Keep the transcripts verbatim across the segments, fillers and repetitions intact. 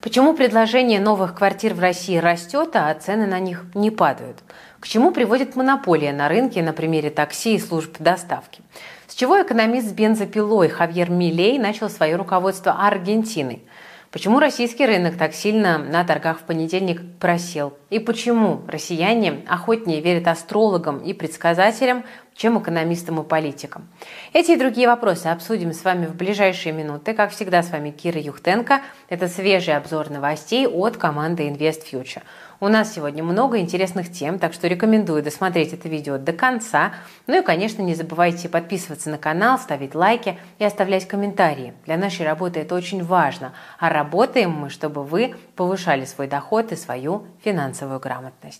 Почему предложение новых квартир в России растет, а цены на них не падают? К чему приводит монополия на рынке на примере такси и служб доставки? С чего экономист с бензопилой Хавьер Милей начал свое руководство Аргентиной? Почему российский рынок так сильно на торгах в понедельник просел? И почему россияне охотнее верят астрологам и предсказателям, чем экономистам и политикам? Эти и другие вопросы обсудим с вами в ближайшие минуты. Как всегда, с вами Кира Юхтенко. Это свежий обзор новостей от команды InvestFuture. У нас сегодня много интересных тем, так что рекомендую досмотреть это видео до конца. Ну и, конечно, не забывайте подписываться на канал, ставить лайки и оставлять комментарии. Для нашей работы это очень важно. А работаем мы, чтобы вы повышали свой доход и свою финансовую грамотность.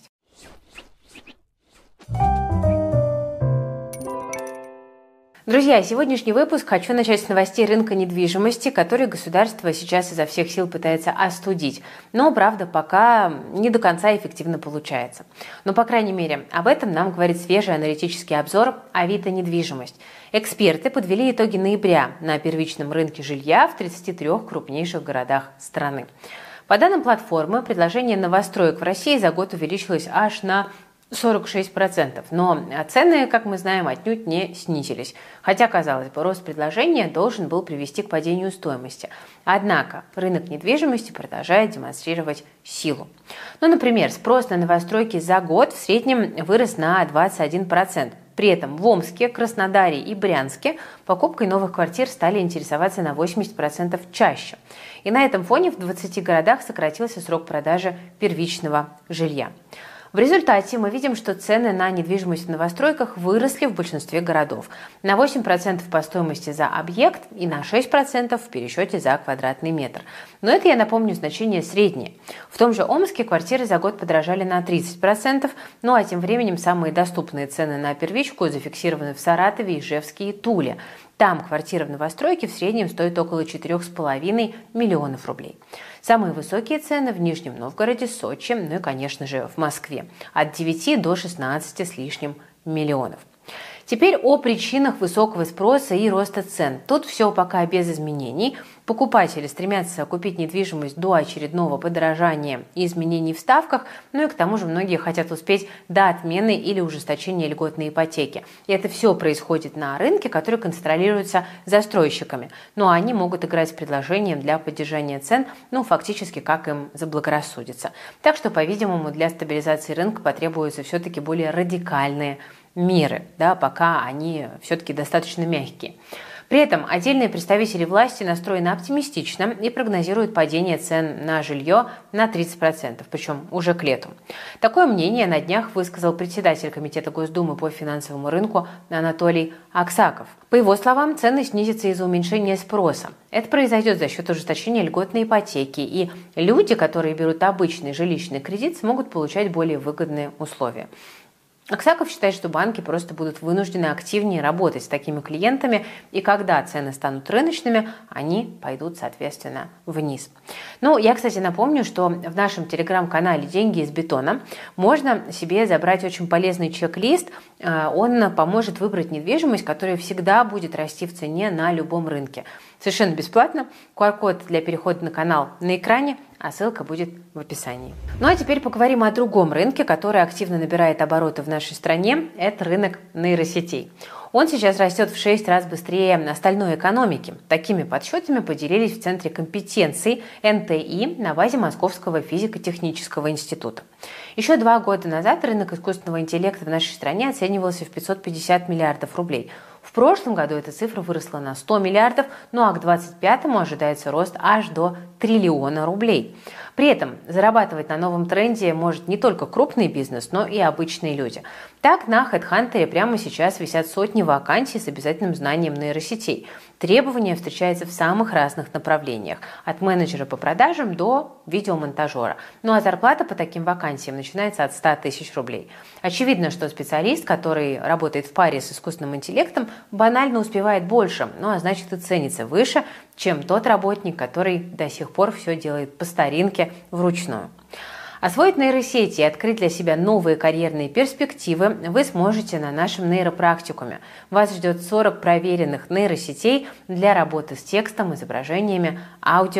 Друзья, сегодняшний выпуск хочу начать с новостей рынка недвижимости, который государство сейчас изо всех сил пытается остудить. Но, правда, пока не до конца эффективно получается. Но, по крайней мере, об этом нам говорит свежий аналитический обзор Авито недвижимость. Эксперты подвели итоги ноября на первичном рынке жилья в тридцати трёх крупнейших городах страны. По данным платформы, предложение новостроек в России за год увеличилось аж на сорок шесть процентов, но цены, как мы знаем, отнюдь не снизились. Хотя, казалось бы, рост предложения должен был привести к падению стоимости. Однако рынок недвижимости продолжает демонстрировать силу. Ну, например, спрос на новостройки за год в среднем вырос на двадцать один процент. При этом в Омске, Краснодаре и Брянске покупкой новых квартир стали интересоваться на восемьдесят процентов чаще. И на этом фоне в двадцати городах сократился срок продажи первичного жилья. В результате мы видим, что цены на недвижимость в новостройках выросли в большинстве городов. На восемь процентов по стоимости за объект и на шесть процентов в пересчете за квадратный метр. Но это, я напомню, значение среднее. В том же Омске квартиры за год подорожали на тридцать процентов, ну а тем временем самые доступные цены на первичку зафиксированы в Саратове, Ижевске и Туле. Там квартира в новостройке в среднем стоит около четырёх с половиной миллионов рублей. Самые высокие цены в Нижнем Новгороде, Сочи, ну и, конечно же, в Москве. От девяти до шестнадцати с лишним миллионов. Теперь о причинах высокого спроса и роста цен. Тут все пока без изменений. Покупатели стремятся купить недвижимость до очередного подорожания и изменений в ставках, ну и к тому же многие хотят успеть до отмены или ужесточения льготной ипотеки. И это все происходит на рынке, который контролируется застройщиками. Но они могут играть с предложением для поддержания цен, ну фактически как им заблагорассудится. Так что, по-видимому, для стабилизации рынка потребуются все-таки более радикальные меры, да, пока они все-таки достаточно мягкие. При этом отдельные представители власти настроены оптимистично и прогнозируют падение цен на жилье на тридцать процентов, причем уже к лету. Такое мнение на днях высказал председатель Комитета Госдумы по финансовому рынку Анатолий Аксаков. По его словам, цены снизятся из-за уменьшения спроса. Это произойдет за счет ужесточения льготной ипотеки, и люди, которые берут обычный жилищный кредит, смогут получать более выгодные условия. Аксаков считает, что банки просто будут вынуждены активнее работать с такими клиентами, и когда цены станут рыночными, они пойдут, соответственно, вниз. Ну, я, кстати, напомню, что в нашем телеграм-канале «Деньги из бетона» можно себе забрать очень полезный чек-лист. Он поможет выбрать недвижимость, которая всегда будет расти в цене на любом рынке. Совершенно бесплатно. ку ар код для перехода на канал на экране, а ссылка будет в описании. Ну а теперь поговорим о другом рынке, который активно набирает обороты в нашей стране. Это рынок нейросетей. Он сейчас растет в шесть раз быстрее остальной экономики. Такими подсчетами поделились в Центре компетенций эн тэ и на базе Московского физико-технического института. Еще два года назад рынок искусственного интеллекта в нашей стране оценивался в пятьсот пятьдесят миллиардов рублей. В прошлом году эта цифра выросла на сто миллиардов, ну а к двадцать пятому ожидается рост аж до триллиона рублей. При этом зарабатывать на новом тренде может не только крупный бизнес, но и обычные люди. Так, на HeadHunter прямо сейчас висят сотни вакансий с обязательным знанием нейросетей. Требования встречаются в самых разных направлениях, от менеджера по продажам до видеомонтажера. Ну а зарплата по таким вакансиям начинается от ста тысяч рублей. Очевидно, что специалист, который работает в паре с искусственным интеллектом, банально успевает больше, ну а значит и ценится выше, чем тот работник, который до сих пор все делает по старинке вручную. Освоить нейросети и открыть для себя новые карьерные перспективы вы сможете на нашем нейропрактикуме. Вас ждет сорок проверенных нейросетей для работы с текстом, изображениями, аудио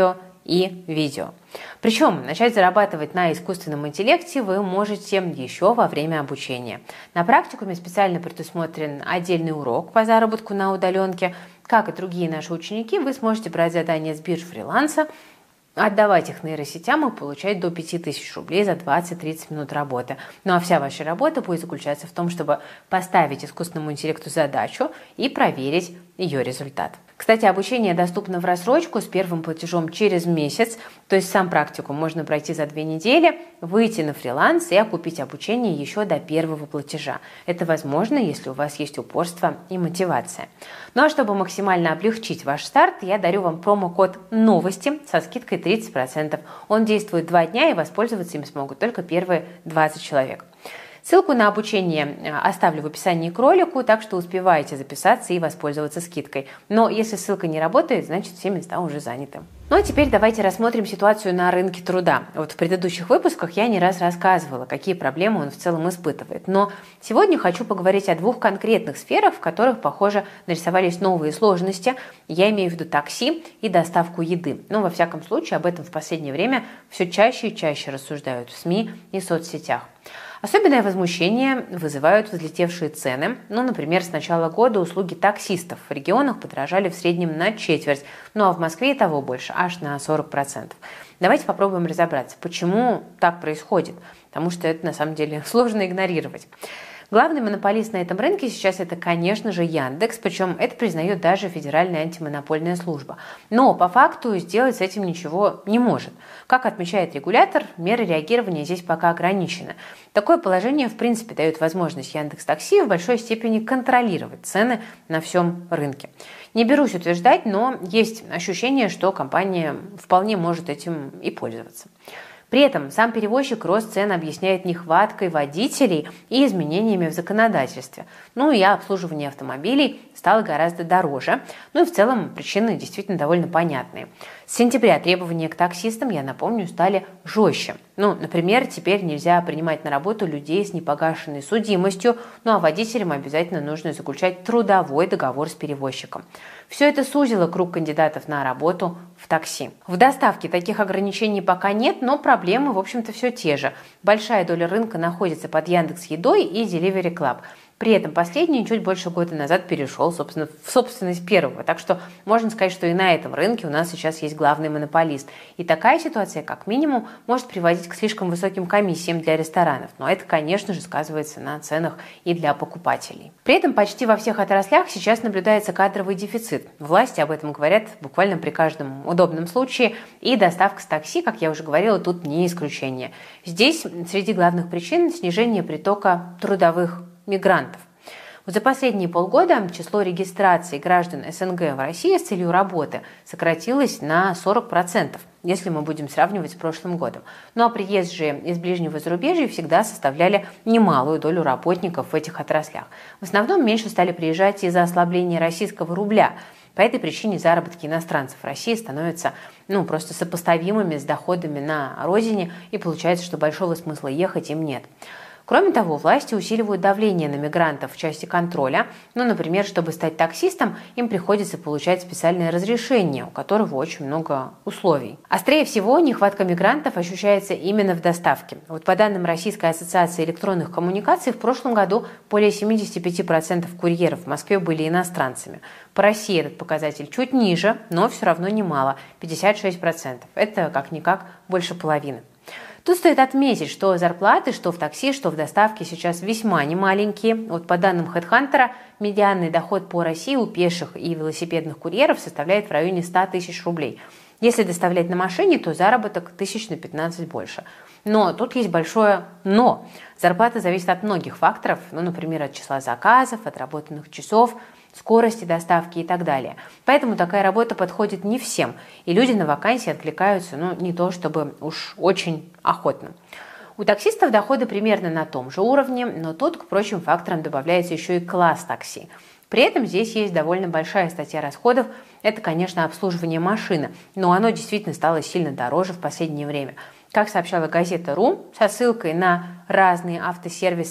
и видео. Причем начать зарабатывать на искусственном интеллекте вы можете еще во время обучения. На практикуме специально предусмотрен отдельный урок по заработку на удаленке. Как и другие наши ученики, вы сможете брать задания с бирж фриланса, отдавать их нейросетям и получать до пяти тысяч рублей за двадцать-тридцать минут работы. Ну а вся ваша работа будет заключаться в том, чтобы поставить искусственному интеллекту задачу и проверить ее результат. Кстати, обучение доступно в рассрочку с первым платежом через месяц, то есть сам практикум можно пройти за две недели, выйти на фриланс и окупить обучение еще до первого платежа. Это возможно, если у вас есть упорство и мотивация. Ну а чтобы максимально облегчить ваш старт, я дарю вам промокод «Новости» со скидкой тридцать процентов. Он действует два дня, и воспользоваться им смогут только первые двадцать человек. Ссылку на обучение оставлю в описании к ролику, так что успевайте записаться и воспользоваться скидкой. Но если ссылка не работает, значит все места уже заняты. Ну а теперь давайте рассмотрим ситуацию на рынке труда. Вот в предыдущих выпусках я не раз рассказывала, какие проблемы он в целом испытывает. Но сегодня хочу поговорить о двух конкретных сферах, в которых, похоже, нарисовались новые сложности. Я имею в виду такси и доставку еды. Ну, во всяком случае, об этом в последнее время все чаще и чаще рассуждают в СМИ и соцсетях. Особенное возмущение вызывают взлетевшие цены. Ну, например, с начала года услуги таксистов в регионах подорожали в среднем на четверть, ну а в Москве и того больше, аж на сорок процентов. Давайте попробуем разобраться, почему так происходит, потому что это на самом деле сложно игнорировать. Главный монополист на этом рынке сейчас это, конечно же, Яндекс, причем это признает даже Федеральная антимонопольная служба. Но по факту сделать с этим ничего не может. Как отмечает регулятор, меры реагирования здесь пока ограничены. Такое положение, в принципе, дает возможность Яндекс.Такси в большой степени контролировать цены на всем рынке. Не берусь утверждать, но есть ощущение, что компания вполне может этим и пользоваться. При этом сам перевозчик рост цен объясняет нехваткой водителей и изменениями в законодательстве. Ну и обслуживание автомобилей стало гораздо дороже. Ну и в целом причины действительно довольно понятные. С сентября требования к таксистам, я напомню, стали жестче. Ну, например, теперь нельзя принимать на работу людей с непогашенной судимостью, ну а водителям обязательно нужно заключать трудовой договор с перевозчиком. Все это сузило круг кандидатов на работу в такси. В доставке таких ограничений пока нет, но проблемы, в общем-то, все те же. Большая доля рынка находится под Яндекс.Едой и Delivery Club. При этом последний чуть больше года назад перешел, собственно, в собственность первого. Так что можно сказать, что и на этом рынке у нас сейчас есть главный монополист. И такая ситуация, как минимум, может приводить к слишком высоким комиссиям для ресторанов. Но это, конечно же, сказывается на ценах и для покупателей. При этом почти во всех отраслях сейчас наблюдается кадровый дефицит. Власти об этом говорят буквально при каждом удобном случае. И доставка с такси, как я уже говорила, тут не исключение. Здесь среди главных причин снижение притока трудовых мигрантов. Вот за последние полгода число регистраций граждан СНГ в России с целью работы сократилось на сорок процентов, если мы будем сравнивать с прошлым годом. Ну а приезжие из ближнего зарубежья всегда составляли немалую долю работников в этих отраслях. В основном меньше стали приезжать из-за ослабления российского рубля. По этой причине заработки иностранцев в России становятся ну, просто сопоставимыми с доходами на родине, и получается, что большого смысла ехать им нет. Кроме того, власти усиливают давление на мигрантов в части контроля. Ну, например, чтобы стать таксистом, им приходится получать специальное разрешение, у которого очень много условий. Острее всего нехватка мигрантов ощущается именно в доставке. Вот по данным Российской ассоциации электронных коммуникаций, в прошлом году более семьдесят пять процентов курьеров в Москве были иностранцами. По России этот показатель чуть ниже, но все равно немало – пятьдесят шесть процентов. Это как-никак больше половины. Тут стоит отметить, что зарплаты, что в такси, что в доставке сейчас весьма немаленькие. Вот по данным HeadHunter, медианный доход по России у пеших и велосипедных курьеров составляет в районе ста тысяч рублей. Если доставлять на машине, то заработок тысяч на пятнадцать больше. Но тут есть большое «но». Зарплата зависит от многих факторов, ну, например, от числа заказов, отработанных часов, скорости доставки и так далее. Поэтому такая работа подходит не всем, и люди на вакансии откликаются, ну, не то чтобы уж очень охотно. У таксистов доходы примерно на том же уровне, но тут к прочим факторам добавляется еще и класс такси. При этом здесь есть довольно большая статья расходов, это, конечно, обслуживание машины, но оно действительно стало сильно дороже в последнее время. Как сообщала газета РУ со ссылкой на разные автосервисы,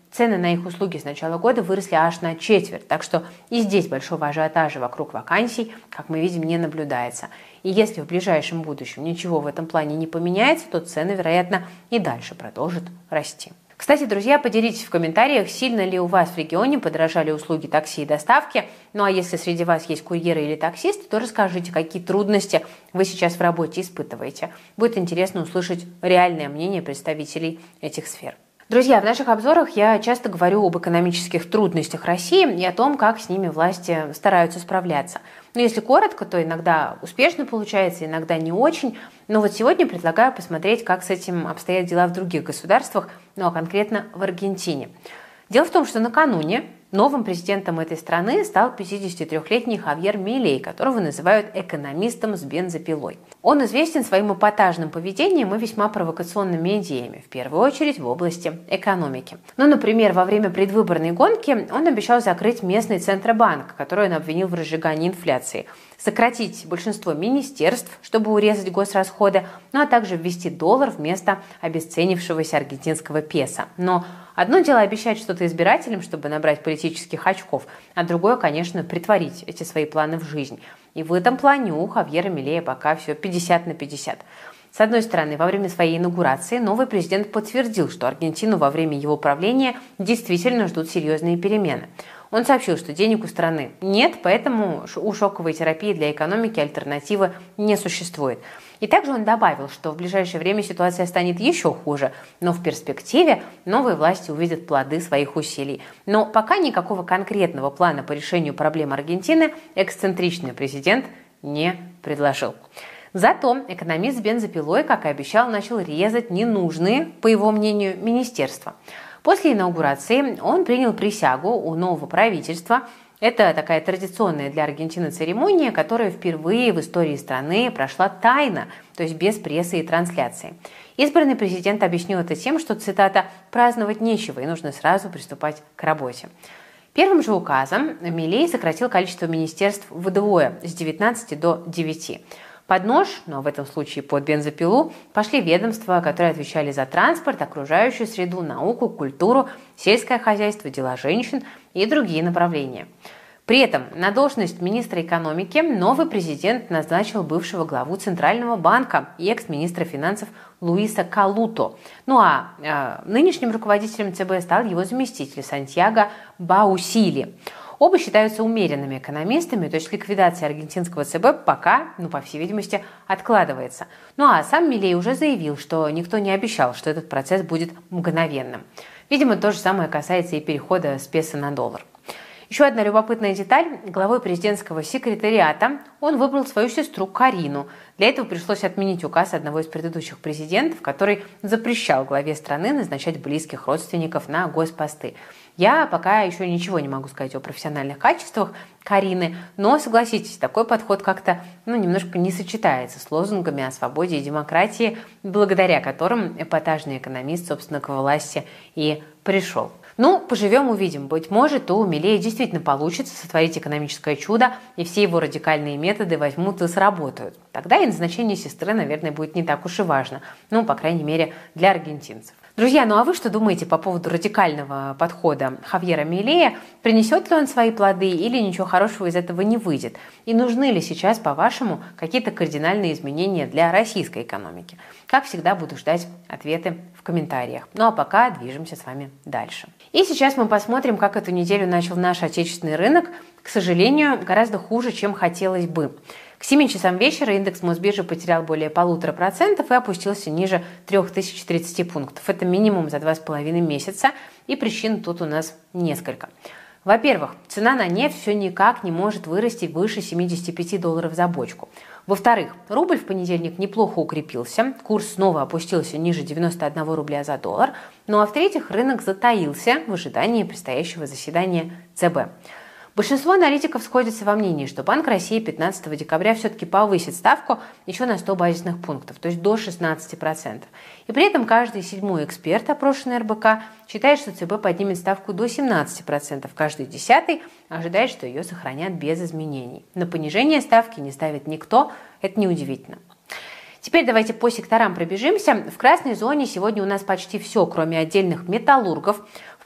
Цены на их услуги с начала года выросли аж на четверть, так что и здесь большого ажиотажа вокруг вакансий, как мы видим, не наблюдается. И если в ближайшем будущем ничего в этом плане не поменяется, то цены, вероятно, и дальше продолжат расти. Кстати, друзья, поделитесь в комментариях, сильно ли у вас в регионе подорожали услуги такси и доставки. Ну а если среди вас есть курьеры или таксисты, то расскажите, какие трудности вы сейчас в работе испытываете. Будет интересно услышать реальное мнение представителей этих сфер. Друзья, в наших обзорах я часто говорю об экономических трудностях России и о том, как с ними власти стараются справляться. Но если коротко, то иногда успешно получается, иногда не очень. Но вот сегодня предлагаю посмотреть, как с этим обстоят дела в других государствах, ну а конкретно в Аргентине. Дело в том, что накануне новым президентом этой страны стал пятидесятитрёхлетний Хавьер Милей, которого называют экономистом с бензопилой. Он известен своим эпатажным поведением и весьма провокационными идеями, в первую очередь в области экономики. Ну, например, во время предвыборной гонки он обещал закрыть местный Центробанк, который он обвинил в разжигании инфляции, сократить большинство министерств, чтобы урезать госрасходы, ну а также ввести доллар вместо обесценившегося аргентинского песо. Но одно дело обещать что-то избирателям, чтобы набрать политических очков, а другое, конечно, притворить эти свои планы в жизнь. И в этом плане у Хавьера Милея пока все пятьдесят на пятьдесят. С одной стороны, во время своей инаугурации новый президент подтвердил, что Аргентину во время его правления действительно ждут серьезные перемены. Он сообщил, что денег у страны нет, поэтому у шоковой терапии для экономики альтернативы не существует. И также он добавил, что в ближайшее время ситуация станет еще хуже, но в перспективе новые власти увидят плоды своих усилий. Но пока никакого конкретного плана по решению проблем Аргентины эксцентричный президент не предложил. Зато экономист с бензопилой, как и обещал, начал резать ненужные, по его мнению, министерства. После инаугурации он принял присягу у нового правительства. Это такая традиционная для Аргентины церемония, которая впервые в истории страны прошла тайно, то есть без прессы и трансляции. Избранный президент объяснил это тем, что, цитата, «праздновать нечего и нужно сразу приступать к работе». Первым же указом Милей сократил количество министерств вдвое, с девятнадцати до девяти. Под нож, но в этом случае под бензопилу, пошли ведомства, которые отвечали за транспорт, окружающую среду, науку, культуру, сельское хозяйство, дела женщин и другие направления. При этом на должность министра экономики новый президент назначил бывшего главу Центрального банка и экс-министра финансов Луиса Калуто. Ну а э, нынешним руководителем ЦБ стал его заместитель Сантьяго Баусили. Оба считаются умеренными экономистами, то есть ликвидация аргентинского ЦБ пока, ну, по всей видимости, откладывается. Ну а сам Милей уже заявил, что никто не обещал, что этот процесс будет мгновенным. Видимо, то же самое касается и перехода с песо на доллар. Еще одна любопытная деталь. Главой президентского секретариата он выбрал свою сестру Карину. Для этого пришлось отменить указ одного из предыдущих президентов, который запрещал главе страны назначать близких родственников на госпосты. Я пока еще ничего не могу сказать о профессиональных качествах Карины, но, согласитесь, такой подход как-то ну, немножко не сочетается с лозунгами о свободе и демократии, благодаря которым эпатажный экономист, собственно, к власти и пришел. Ну, поживем, увидим. Быть может, у Милея действительно получится сотворить экономическое чудо, и все его радикальные методы возьмут и сработают. Тогда и назначение сестры, наверное, будет не так уж и важно. Ну, по крайней мере, для аргентинцев. Друзья, ну а вы что думаете по поводу радикального подхода Хавьера Милея? Принесет ли он свои плоды или ничего хорошего из этого не выйдет? И нужны ли сейчас, по-вашему, какие-то кардинальные изменения для российской экономики? Как всегда, буду ждать ответы в комментариях. Ну а пока движемся с вами дальше. И сейчас мы посмотрим, как эту неделю начал наш отечественный рынок. К сожалению, гораздо хуже, чем хотелось бы. К семи часам вечера индекс Мосбиржи потерял более полутора процентов и опустился ниже трёх тысяч тридцати пунктов. Это минимум за два с половиной месяца, и причин тут у нас несколько. Во-первых, цена на нефть все никак не может вырасти выше семидесяти пяти долларов за бочку. Во-вторых, рубль в понедельник неплохо укрепился, курс снова опустился ниже девяноста одного рубля за доллар. Ну а в-третьих, рынок затаился в ожидании предстоящего заседания ЦБ. Большинство аналитиков сходятся во мнении, что Банк России пятнадцатого декабря все-таки повысит ставку еще на сто базисных пунктов, то есть до шестнадцати процентов. И при этом каждый седьмой эксперт, опрошенный эр бэ ка, считает, что ЦБ поднимет ставку до семнадцати процентов, каждый десятый ожидает, что ее сохранят без изменений. На понижение ставки не ставит никто, это неудивительно. Теперь давайте по секторам пробежимся. В красной зоне сегодня у нас почти все, кроме отдельных металлургов. В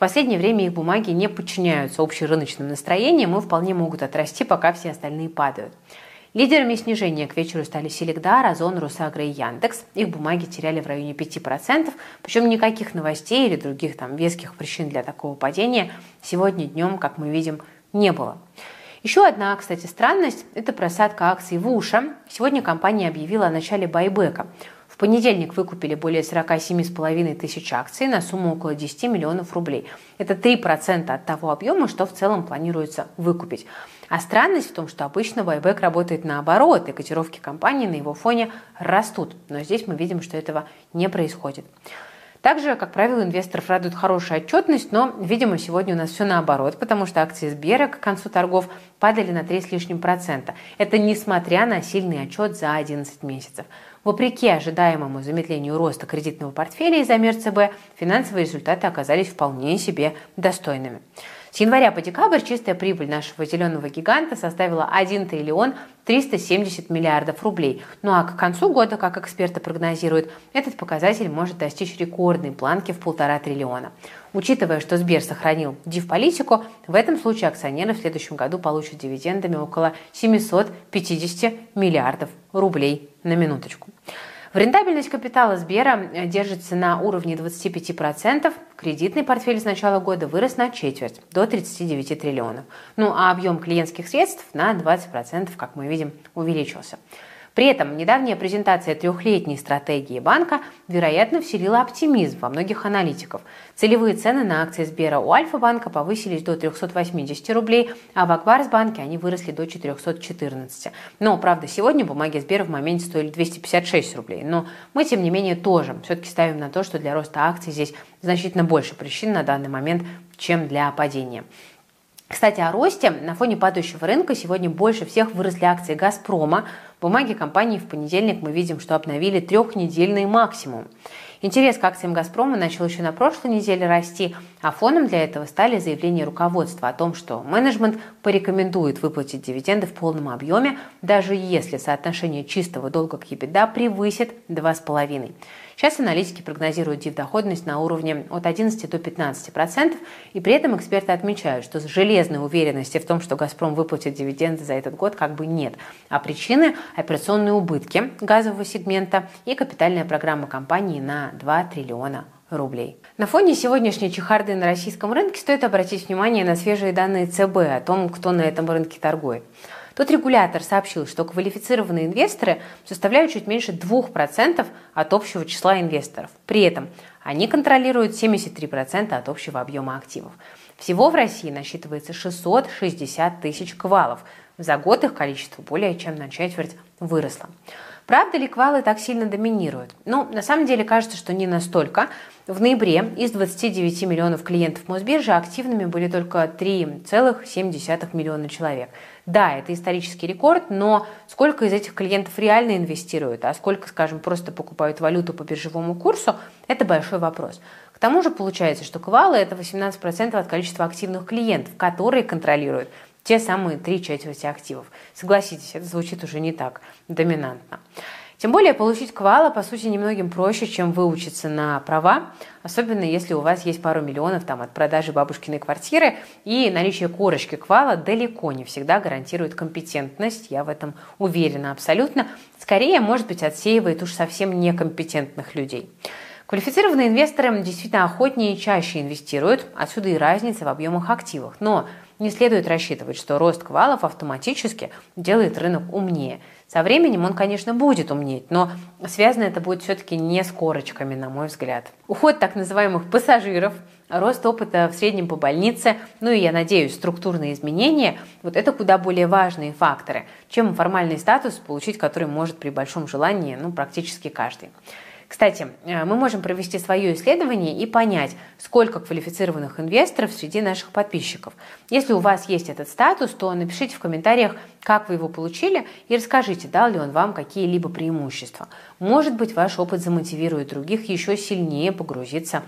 последнее время их бумаги не подчиняются общерыночным настроениям и вполне могут отрасти, пока все остальные падают. Лидерами снижения к вечеру стали Селегдар, Озон, Росагро и Яндекс. Их бумаги теряли в районе пяти процентов, причем никаких новостей или других там веских причин для такого падения сегодня днем, как мы видим, не было. Еще одна, кстати, странность – это просадка акций Вуша. Сегодня компания объявила о начале байбека. В понедельник выкупили более сорока семи с половиной тысяч акций на сумму около десяти миллионов рублей. Это три процента от того объема, что в целом планируется выкупить. А странность в том, что обычно байбек работает наоборот, и котировки компании на его фоне растут. Но здесь мы видим, что этого не происходит. Также, как правило, инвесторов радует хорошая отчетность, но, видимо, сегодня у нас все наоборот, потому что акции Сбера к концу торгов падали на три с лишним процента. Это несмотря на сильный отчет за одиннадцать месяцев. Вопреки ожидаемому замедлению роста кредитного портфеля из-за мер ЦБ, финансовые результаты оказались вполне себе достойными. С января по декабрь чистая прибыль нашего зеленого гиганта составила один триллион триста семьдесят миллиардов рублей. Ну а к концу года, как эксперты прогнозируют, этот показатель может достичь рекордной планки в полтора триллиона. Учитывая, что Сбер сохранил див-политику, в этом случае акционеры в следующем году получат дивидендами около семисот пятидесяти миллиардов рублей на минуточку. В рентабельность капитала Сбера держится на уровне двадцати пяти процентов. Кредитный портфель с начала года вырос на четверть, до тридцати девяти триллионов. Ну а объем клиентских средств на двадцать процентов, как мы видим, увеличился. При этом недавняя презентация трехлетней стратегии банка, вероятно, вселила оптимизм во многих аналитиков. Целевые цены на акции Сбера у Альфа-банка повысились до трехсот восьмидесяти рублей, а в Акбарсбанке они выросли до четырехсот четырнадцати. Но, правда, сегодня бумаги Сбера в моменте стоили двести пятьдесят шесть рублей. Но мы, тем не менее, тоже все-таки ставим на то, что для роста акций здесь значительно больше причин на данный момент, чем для падения. Кстати, о росте. На фоне падающего рынка сегодня больше всех выросли акции «Газпрома». Бумаги компании в понедельник мы видим, что обновили трехнедельный максимум. Интерес к акциям «Газпрома» начал еще на прошлой неделе расти, а фоном для этого стали заявления руководства о том, что менеджмент порекомендует выплатить дивиденды в полном объеме, даже если соотношение чистого долга к EBITDA превысит два с половиной. Сейчас аналитики прогнозируют див-доходность на уровне от одиннадцати до пятнадцати процентов, и при этом эксперты отмечают, что с железной уверенности в том, что «Газпром» выплатит дивиденды за этот год, как бы нет. А причины – операционные убытки газового сегмента и капитальная программа компании на два триллиона рублей. На фоне сегодняшней чехарды на российском рынке стоит обратить внимание на свежие данные ЦБ о том, кто на этом рынке торгует. Тут регулятор сообщил, что квалифицированные инвесторы составляют чуть меньше двух процентов от общего числа инвесторов. При этом они контролируют семьдесят три процента от общего объема активов. Всего в России насчитывается шестьсот шестьдесят тысяч квалов. За год их количество более чем на четверть выросло. Правда ли квалы так сильно доминируют? Ну, на самом деле кажется, что не настолько. В ноябре из двадцати девяти миллионов клиентов Мосбиржи активными были только три целых семь десятых миллиона человек. Да, это исторический рекорд, но сколько из этих клиентов реально инвестируют, а сколько, скажем, просто покупают валюту по биржевому курсу, это большой вопрос. К тому же получается, что квалы – это восемнадцать процентов от количества активных клиентов, которые контролируют те самые три четверти активов. Согласитесь, это звучит уже не так доминантно. Тем более получить квалы, по сути, немногим проще, чем выучиться на права, особенно если у вас есть пару миллионов там, от продажи бабушкиной квартиры, и наличие корочки квала далеко не всегда гарантирует компетентность, я в этом уверена абсолютно. Скорее, может быть, отсеивает уж совсем некомпетентных людей. Квалифицированные инвесторы действительно охотнее и чаще инвестируют, отсюда и разница в объемах активов. Но не следует рассчитывать, что рост квалов автоматически делает рынок умнее. Со временем он, конечно, будет умнеть, но связано это будет все-таки не с корочками, на мой взгляд. Уход так называемых пассажиров, рост опыта в среднем по больнице, ну и, я надеюсь, структурные изменения – вот это куда более важные факторы, чем формальный статус, получить который может при большом желании ну, практически каждый. Кстати, мы можем провести свое исследование и понять, сколько квалифицированных инвесторов среди наших подписчиков. Если у вас есть этот статус, то напишите в комментариях, как вы его получили, и расскажите, дал ли он вам какие-либо преимущества. Может быть, ваш опыт замотивирует других еще сильнее погрузиться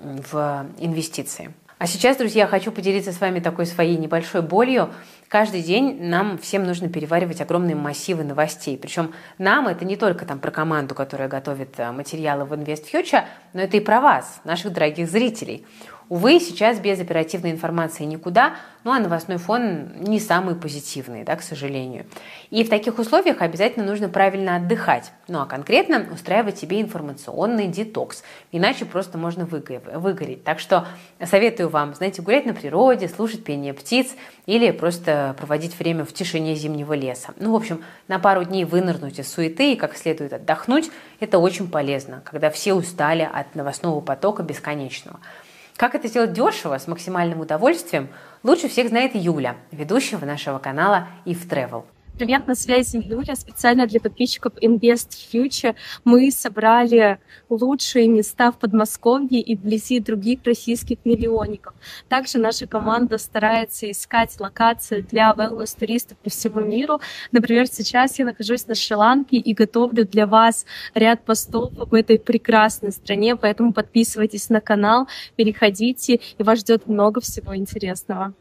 в инвестиции. А сейчас, друзья, хочу поделиться с вами такой своей небольшой болью. Каждый день нам всем нужно переваривать огромные массивы новостей. Причем нам это не только там про команду, которая готовит материалы в InvestFuture, но это и про вас, наших дорогих зрителей. Увы, сейчас без оперативной информации никуда, ну а новостной фон не самый позитивный, да, к сожалению. И в таких условиях обязательно нужно правильно отдыхать, ну а конкретно устраивать себе информационный детокс, иначе просто можно выгореть. Так что советую вам, знаете, гулять на природе, слушать пение птиц или просто проводить время в тишине зимнего леса. Ну, в общем, на пару дней вынырнуть из суеты и как следует отдохнуть – это очень полезно, когда все устали от новостного потока бесконечного. Как это сделать дешево, с максимальным удовольствием, лучше всех знает Юля, ведущего нашего канала If Travel. Привет, на связи Юля. Специально для подписчиков Invest Future мы собрали лучшие места в Подмосковье и вблизи других российских миллионников. Также наша команда старается искать локации для wellness-туристов по всему миру. Например, сейчас я нахожусь на Шри-Ланке и готовлю для вас ряд постов об этой прекрасной стране, поэтому подписывайтесь на канал, переходите, и вас ждет много всего интересного.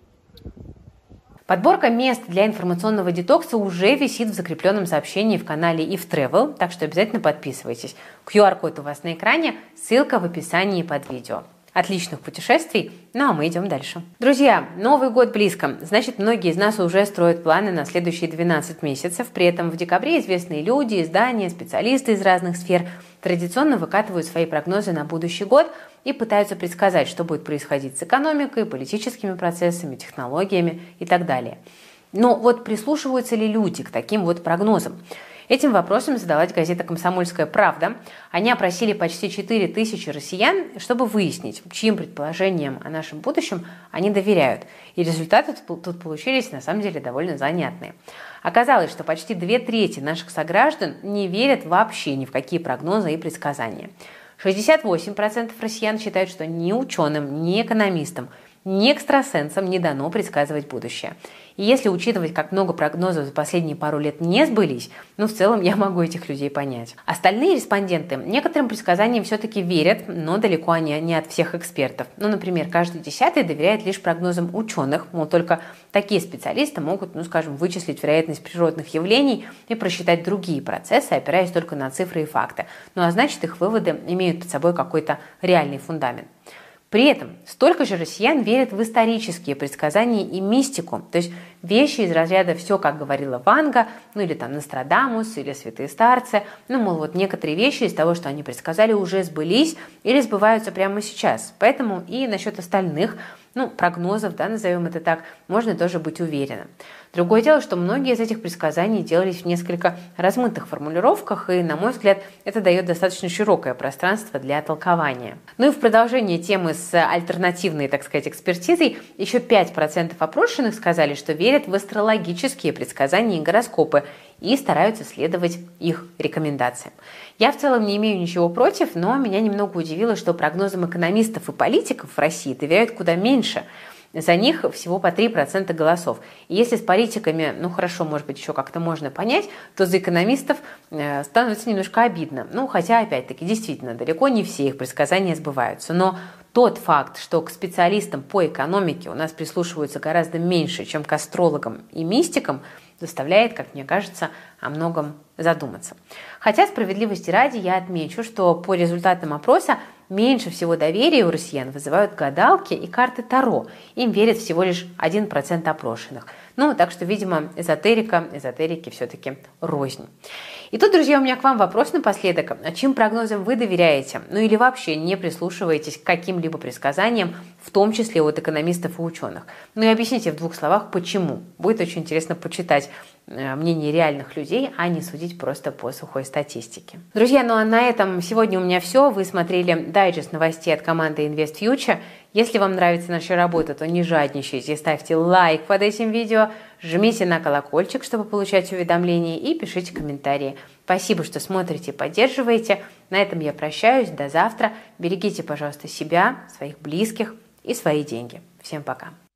Подборка мест для информационного детокса уже висит в закрепленном сообщении в канале If Travel, так что обязательно подписывайтесь. ку ар-код у вас на экране, ссылка в описании под видео. Отличных путешествий, ну а мы идем дальше. Друзья, Новый год близко, значит, многие из нас уже строят планы на следующие двенадцать месяцев. При этом в декабре известные люди, издания, специалисты из разных сфер традиционно выкатывают свои прогнозы на будущий год и пытаются предсказать, что будет происходить с экономикой, политическими процессами, технологиями и так далее. Но вот прислушиваются ли люди к таким вот прогнозам? Этим вопросом задалась газета «Комсомольская правда». Они опросили почти четыре тысячи россиян, чтобы выяснить, чьим предположениям о нашем будущем они доверяют. И результаты тут получились, на самом деле, довольно занятные. Оказалось, что почти две трети наших сограждан не верят вообще ни в какие прогнозы и предсказания. шестьдесят восемь процентов россиян считают, что ни ученым, ни экономистам, ни экстрасенсам не дано предсказывать будущее. И если учитывать, как много прогнозов за последние пару лет не сбылись, ну, в целом я могу этих людей понять. Остальные респонденты некоторым предсказаниям все-таки верят, но далеко они не от всех экспертов. Ну, например, каждый десятый доверяет лишь прогнозам ученых, мол, только такие специалисты могут, ну, скажем, вычислить вероятность природных явлений и просчитать другие процессы, опираясь только на цифры и факты. Ну, а значит, их выводы имеют под собой какой-то реальный фундамент. При этом столько же россиян верят в исторические предсказания и мистику, то есть вещи из разряда «все, как говорила Ванга», ну или там Нострадамус, или святые старцы, ну, мол, вот некоторые вещи из того, что они предсказали, уже сбылись или сбываются прямо сейчас. Поэтому и насчет остальных, ну, прогнозов, да, назовем это так, можно тоже быть уверенным. Другое дело, что многие из этих предсказаний делались в несколько размытых формулировках, и, на мой взгляд, это дает достаточно широкое пространство для толкования. Ну и в продолжение темы с альтернативной, так сказать, экспертизой, еще пять процентов опрошенных сказали, что верят в астрологические предсказания и гороскопы и стараются следовать их рекомендациям. Я в целом не имею ничего против, но меня немного удивило, что прогнозам экономистов и политиков в России доверяют куда меньше. За них всего по три процента голосов. И если с политиками, ну хорошо, может быть, еще как-то можно понять, то за экономистов э, становится немножко обидно. Ну, хотя, опять-таки, действительно, далеко не все их предсказания сбываются. Но тот факт, что к специалистам по экономике у нас прислушиваются гораздо меньше, чем к астрологам и мистикам, заставляет, как мне кажется, о многом задуматься. Хотя, справедливости ради, я отмечу, что по результатам опроса меньше всего доверия у россиян вызывают гадалки и карты Таро. Им верит всего лишь один процент опрошенных. Ну, так что, видимо, эзотерика, эзотерики все-таки рознь. И тут, друзья, у меня к вам вопрос напоследок. А чьим прогнозам вы доверяете? Ну или вообще не прислушиваетесь к каким-либо предсказаниям, в том числе от экономистов и ученых? Ну и объясните в двух словах, почему. Будет очень интересно почитать мнение реальных людей, а не судить просто по сухой статистике. Друзья, ну а на этом сегодня у меня все. Вы смотрели дайджест новостей от команды Invest Future. Если вам нравится наша работа, то не жадничайте, ставьте лайк под этим видео, жмите на колокольчик, чтобы получать уведомления, и пишите комментарии. Спасибо, что смотрите и поддерживаете. На этом я прощаюсь. До завтра. Берегите, пожалуйста, себя, своих близких и свои деньги. Всем пока.